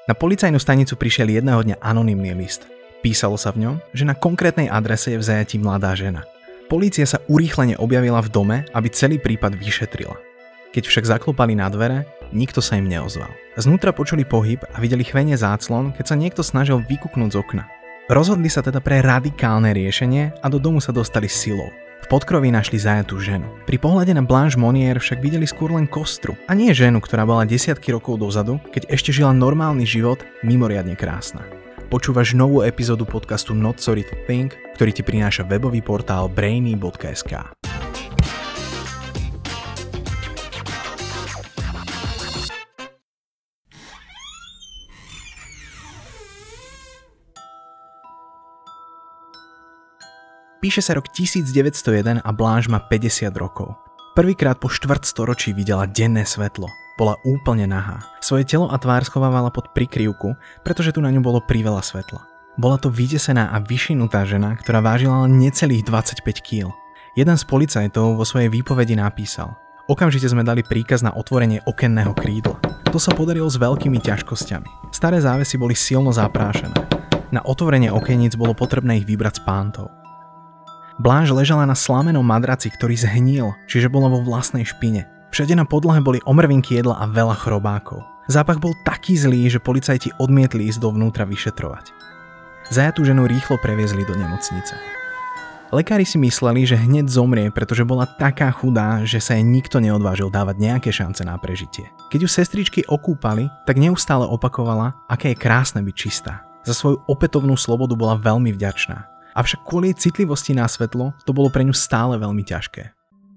Na policajnú stanicu prišiel jedného dňa anonymný list. Písalo sa v ňom, že na konkrétnej adrese je v zajatí mladá žena. Polícia sa urýchlene objavila v dome, aby celý prípad vyšetrila. Keď však zaklopali na dvere, nikto sa im neozval. Znútra počuli pohyb a videli chvenie záclon, keď sa niekto snažil vykuknúť z okna. Rozhodli sa teda pre radikálne riešenie a do domu sa dostali silou. V podkroví našli zajatú ženu. Pri pohľade na Blanche Monnier však videli skôr len kostru a nie ženu, ktorá bola desiatky rokov dozadu, keď ešte žila normálny život, mimoriadne krásna. Počúvaš novú epizódu podcastu Not Sorry to Think, ktorý ti prináša webový portál brainy.sk. Píše sa rok 1901 a Blanche má 50 rokov. Prvýkrát po štvrtstoročí videla denné svetlo. Bola úplne nahá. Svoje telo a tvár schovávala pod prikryvku, pretože tu na ňu bolo priveľa svetla. Bola to vydesená a vyšinutá žena, ktorá vážila len necelých 25 kg. Jeden z policajtov vo svojej výpovedi napísal: Okamžite sme dali príkaz na otvorenie okenného krídla. To sa podarilo s veľkými ťažkosťami. Staré závesy boli silno zaprášené. Na otvorenie okeníc bolo potrebné ich vybrať z pántov. Blanche ležala na slamenom madraci, ktorý zhnil, čiže bola vo vlastnej špine. Všade na podlahe boli omrvinky jedla a veľa chrobákov. Zápach bol taký zlý, že policajti odmietli ísť dovnútra vyšetrovať. Zajatú ženu rýchlo previezli do nemocnice. Lekári si mysleli, že hneď zomrie, pretože bola taká chudá, že sa jej nikto neodvážil dávať nejaké šance na prežitie. Keď ju sestričky okúpali, tak neustále opakovala, aké je krásne byť čistá. Za svoju opätovnú slobodu bola veľmi vďačná. Avšak kvôli jej citlivosti na svetlo to bolo pre ňu stále veľmi ťažké.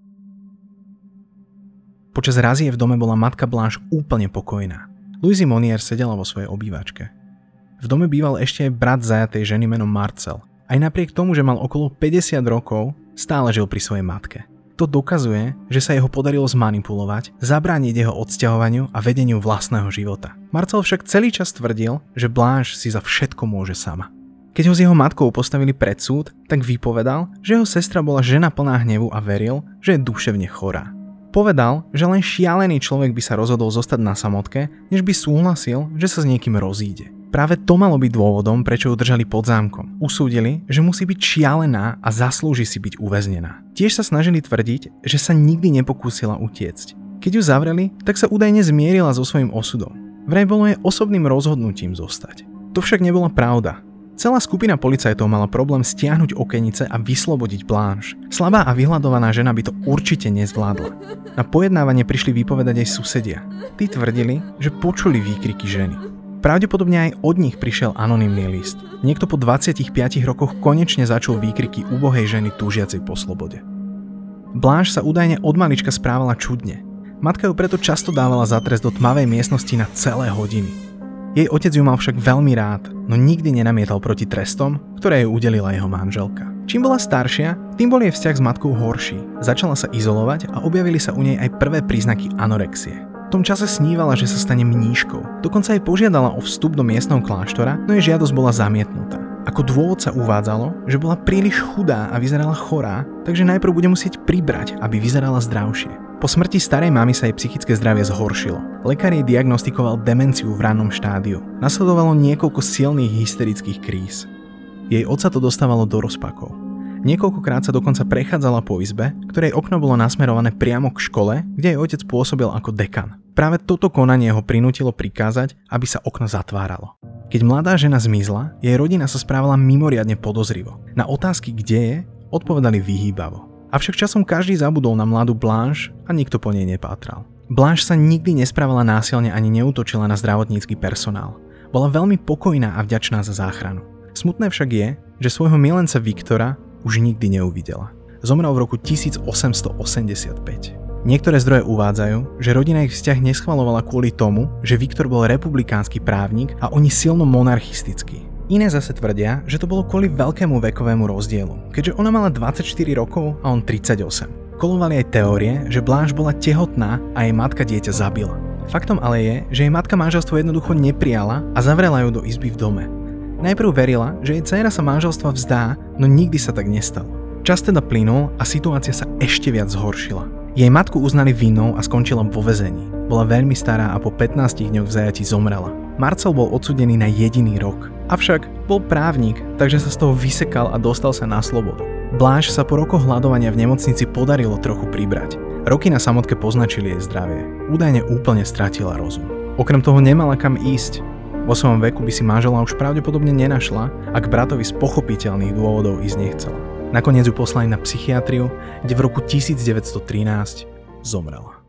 Počas razie v dome bola matka Blanche úplne pokojná. Louise Monnier sedela vo svojej obývačke. V dome býval ešte aj brat zajatej ženy menom Marcel. Aj napriek tomu, že mal okolo 50 rokov, stále žil pri svojej matke. To dokazuje, že sa jeho podarilo zmanipulovať, zabrániť jeho odsťahovaniu a vedeniu vlastného života. Marcel však celý čas tvrdil, že Blanche si za všetko môže sama. Keď ho s jeho matkou postavili pred súd, tak vypovedal, že jeho sestra bola žena plná hnevu a veril, že je duševne chorá. Povedal, že len šialený človek by sa rozhodol zostať na samotke, než by súhlasil, že sa s niekým rozíde. Práve to malo byť dôvodom, prečo ju držali pod zámkom. Usúdili, že musí byť šialená a zaslúži si byť uväznená. Tiež sa snažili tvrdiť, že sa nikdy nepokúsila utiecť. Keď ju zavreli, tak sa údajne zmierila so svojím osudom. Vraj bolo jej osobným rozhodnutím zostať. To však nebola pravda. Celá skupina policajtov mala problém stiahnuť okenice a vyslobodiť Blanche. Slabá a vyhľadovaná žena by to určite nezvládla. Na pojednávanie prišli vypovedať aj susedia. Tí tvrdili, že počuli výkriky ženy. Pravdepodobne aj od nich prišiel anonymný list. Niekto po 25 rokoch konečne začul výkriky úbohej ženy túžiacej po slobode. Blanche sa údajne od malička správala čudne. Matka ju preto často dávala za trest do tmavej miestnosti na celé hodiny. Jej otec ju mal však veľmi rád, no nikdy nenamietal proti trestom, ktoré jej udelila jeho manželka. Čím bola staršia, tým bol jej vzťah s matkou horší. Začala sa izolovať a objavili sa u nej aj prvé príznaky anorexie. V tom čase snívala, že sa stane mníškou. Dokonca jej požiadala o vstup do miestneho kláštora, no jej žiadosť bola zamietnutá. Ako dôvod sa uvádzalo, že bola príliš chudá a vyzerala chorá, takže najprv bude musieť pribrať, aby vyzerala zdravšie. Po smrti starej mamy sa jej psychické zdravie zhoršilo. Lekár jej diagnostikoval demenciu v rannom štádiu. Nasledovalo niekoľko silných hysterických kríz. Jej otca to dostávalo do rozpakov. Niekoľkokrát sa dokonca prechádzala po izbe, ktorej okno bolo nasmerované priamo k škole, kde jej otec pôsobil ako dekan. Práve toto konanie ho prinútilo prikázať, aby sa okno zatváralo. Keď mladá žena zmizla, jej rodina sa správala mimoriadne podozrivo. Na otázky, kde je, odpovedali vyhýbavo. Avšak časom každý zabudol na mladú Blanche a nikto po nej nepátral. Blanche sa nikdy nesprávala násilne ani neútočila na zdravotnícky personál. Bola veľmi pokojná a vďačná za záchranu. Smutné však je, že svojho milenca Viktora už nikdy neuvidela. Zomrel v roku 1885. Niektoré zdroje uvádzajú, že rodina ich vzťah neschvaľovala kvôli tomu, že Viktor bol republikánsky právnik a oni silno monarchistickí. Iné zase tvrdia, že to bolo kvôli veľkému vekovému rozdielu, keďže ona mala 24 rokov a on 38. Kolovali aj teórie, že Blanche bola tehotná a jej matka dieťa zabila. Faktom ale je, že jej matka manželstvo jednoducho neprijala a zavrela ju do izby v dome. Najprv verila, že jej dcéra sa manželstva vzdá, no nikdy sa tak nestalo. Čas teda plynul a situácia sa ešte viac zhoršila. Jej matku uznali vinnou a skončila vo väzení. Bola veľmi stará a po 15 dňoch v zajatí zomrela. Marcel bol odsúdený na jediný rok. Avšak bol právnik, takže sa z toho vysekal a dostal sa na slobodu. Blanche sa po rokoch hľadovania v nemocnici podarilo trochu pribrať. Roky na samotke poznačili jej zdravie. Údajne úplne stratila rozum. Okrem toho nemala kam ísť. Vo svojom veku by si manžela už pravdepodobne nenašla, ak bratovi z pochopiteľných dôvodov ísť nechcela. Nakoniec ju poslali na psychiatriu, kde v roku 1913 zomrela.